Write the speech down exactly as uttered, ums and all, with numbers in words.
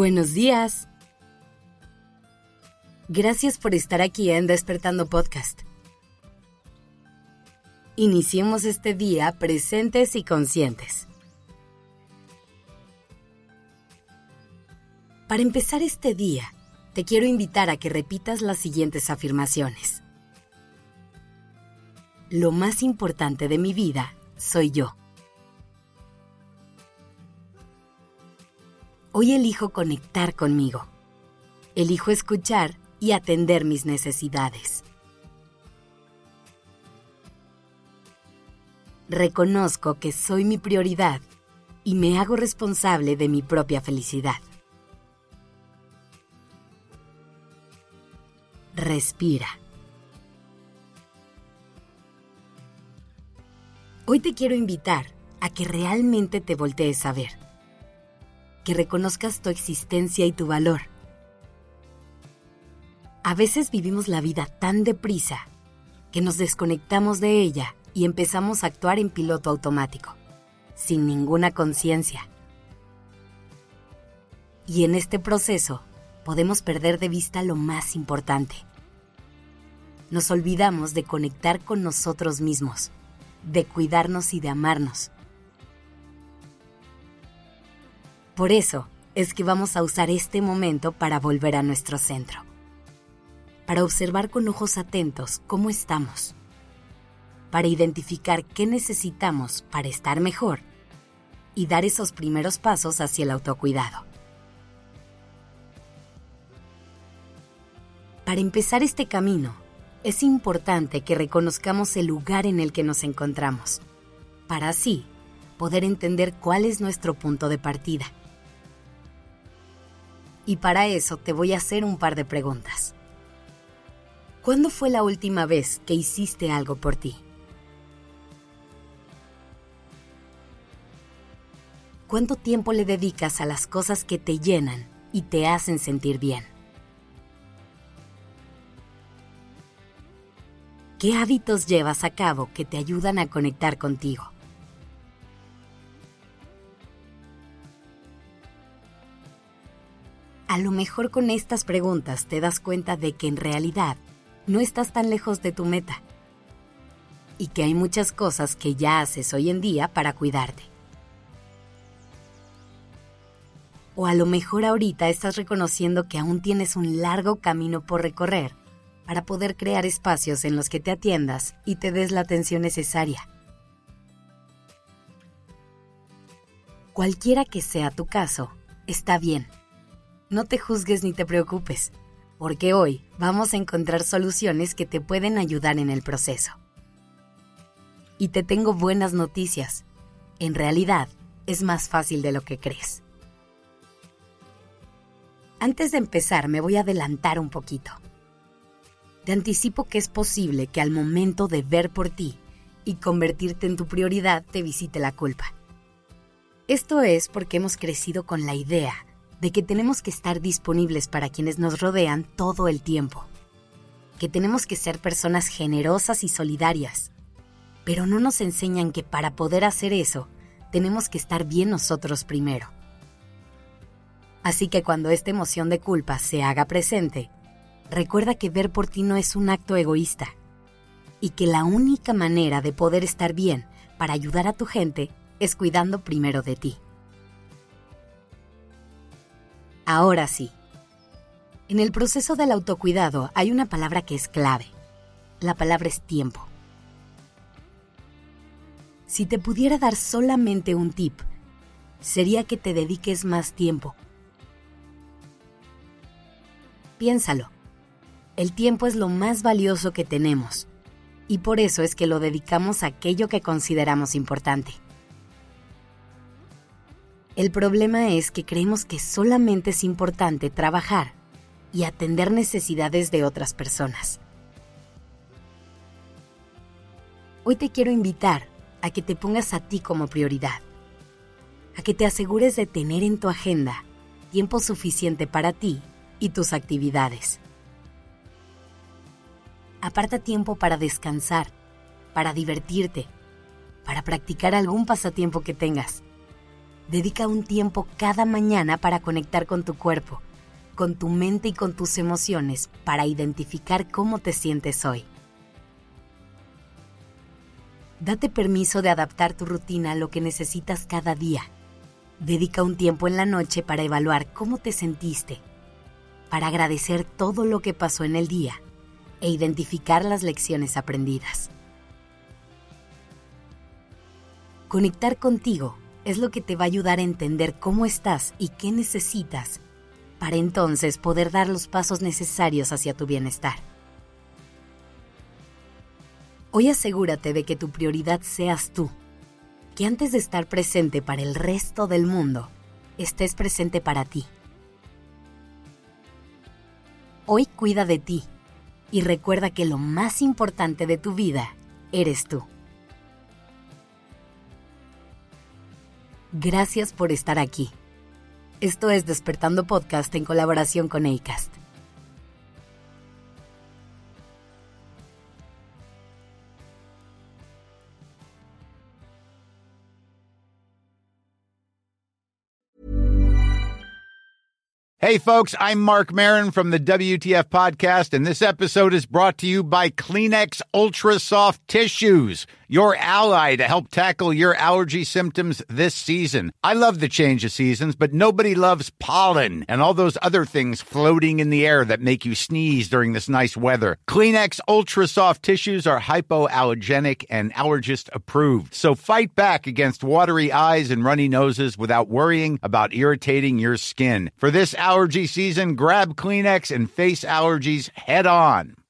Buenos días. Gracias por estar aquí en Despertando Podcast. Iniciemos este día presentes y conscientes. Para empezar este día, te quiero invitar a que repitas las siguientes afirmaciones. Lo más importante de mi vida soy yo. Hoy elijo conectar conmigo. Elijo escuchar y atender mis necesidades. Reconozco que soy mi prioridad y me hago responsable de mi propia felicidad. Respira. Hoy te quiero invitar a que realmente te voltees a ver. Que reconozcas tu existencia y tu valor. A veces vivimos la vida tan deprisa que nos desconectamos de ella y empezamos a actuar en piloto automático, sin ninguna conciencia. Y en este proceso podemos perder de vista lo más importante. Nos olvidamos de conectar con nosotros mismos, de cuidarnos y de amarnos. Por eso es que vamos a usar este momento para volver a nuestro centro, para observar con ojos atentos cómo estamos, para identificar qué necesitamos para estar mejor y dar esos primeros pasos hacia el autocuidado. Para empezar este camino, es importante que reconozcamos el lugar en el que nos encontramos, para así poder entender cuál es nuestro punto de partida. Y para eso te voy a hacer un par de preguntas. ¿Cuándo fue la última vez que hiciste algo por ti? ¿Cuánto tiempo le dedicas a las cosas que te llenan y te hacen sentir bien? ¿Qué hábitos llevas a cabo que te ayudan a conectar contigo? A lo mejor con estas preguntas te das cuenta de que en realidad no estás tan lejos de tu meta y que hay muchas cosas que ya haces hoy en día para cuidarte. O a lo mejor ahorita estás reconociendo que aún tienes un largo camino por recorrer para poder crear espacios en los que te atiendas y te des la atención necesaria. Cualquiera que sea tu caso, está bien. No te juzgues ni te preocupes, porque hoy vamos a encontrar soluciones que te pueden ayudar en el proceso. Y te tengo buenas noticias. En realidad, es más fácil de lo que crees. Antes de empezar, me voy a adelantar un poquito. Te anticipo que es posible que al momento de ver por ti y convertirte en tu prioridad te visite la culpa. Esto es porque hemos crecido con la idea de que tenemos que estar disponibles para quienes nos rodean todo el tiempo, que tenemos que ser personas generosas y solidarias, pero no nos enseñan que para poder hacer eso, tenemos que estar bien nosotros primero. Así que cuando esta emoción de culpa se haga presente, recuerda que ver por ti no es un acto egoísta, y que la única manera de poder estar bien para ayudar a tu gente es cuidando primero de ti. Ahora sí, en el proceso del autocuidado hay una palabra que es clave. La palabra es tiempo. Si te pudiera dar solamente un tip, sería que te dediques más tiempo. Piénsalo. El tiempo es lo más valioso que tenemos, y por eso es que lo dedicamos a aquello que consideramos importante. El problema es que creemos que solamente es importante trabajar y atender necesidades de otras personas. Hoy te quiero invitar a que te pongas a ti como prioridad, a que te asegures de tener en tu agenda tiempo suficiente para ti y tus actividades. Aparta tiempo para descansar, para divertirte, para practicar algún pasatiempo que tengas. Dedica un tiempo cada mañana para conectar con tu cuerpo, con tu mente y con tus emociones para identificar cómo te sientes hoy. Date permiso de adaptar tu rutina a lo que necesitas cada día. Dedica un tiempo en la noche para evaluar cómo te sentiste, para agradecer todo lo que pasó en el día e identificar las lecciones aprendidas. Conectar contigo es lo que te va a ayudar a entender cómo estás y qué necesitas para entonces poder dar los pasos necesarios hacia tu bienestar. Hoy asegúrate de que tu prioridad seas tú, que antes de estar presente para el resto del mundo, estés presente para ti. Hoy cuida de ti y recuerda que lo más importante de tu vida eres tú. Gracias por estar aquí. Esto es Despertando Podcast en colaboración con Acast. Hey, folks, I'm Mark Maron from the W T F Podcast, and this episode is brought to you by Kleenex Ultra Soft Tissues, your ally to help tackle your allergy symptoms this season. I love the change of seasons, but nobody loves pollen and all those other things floating in the air that make you sneeze during this nice weather. Kleenex Ultra Soft Tissues are hypoallergenic and allergist approved, so fight back against watery eyes and runny noses without worrying about irritating your skin. For this allergy season, grab Kleenex and face allergies head on.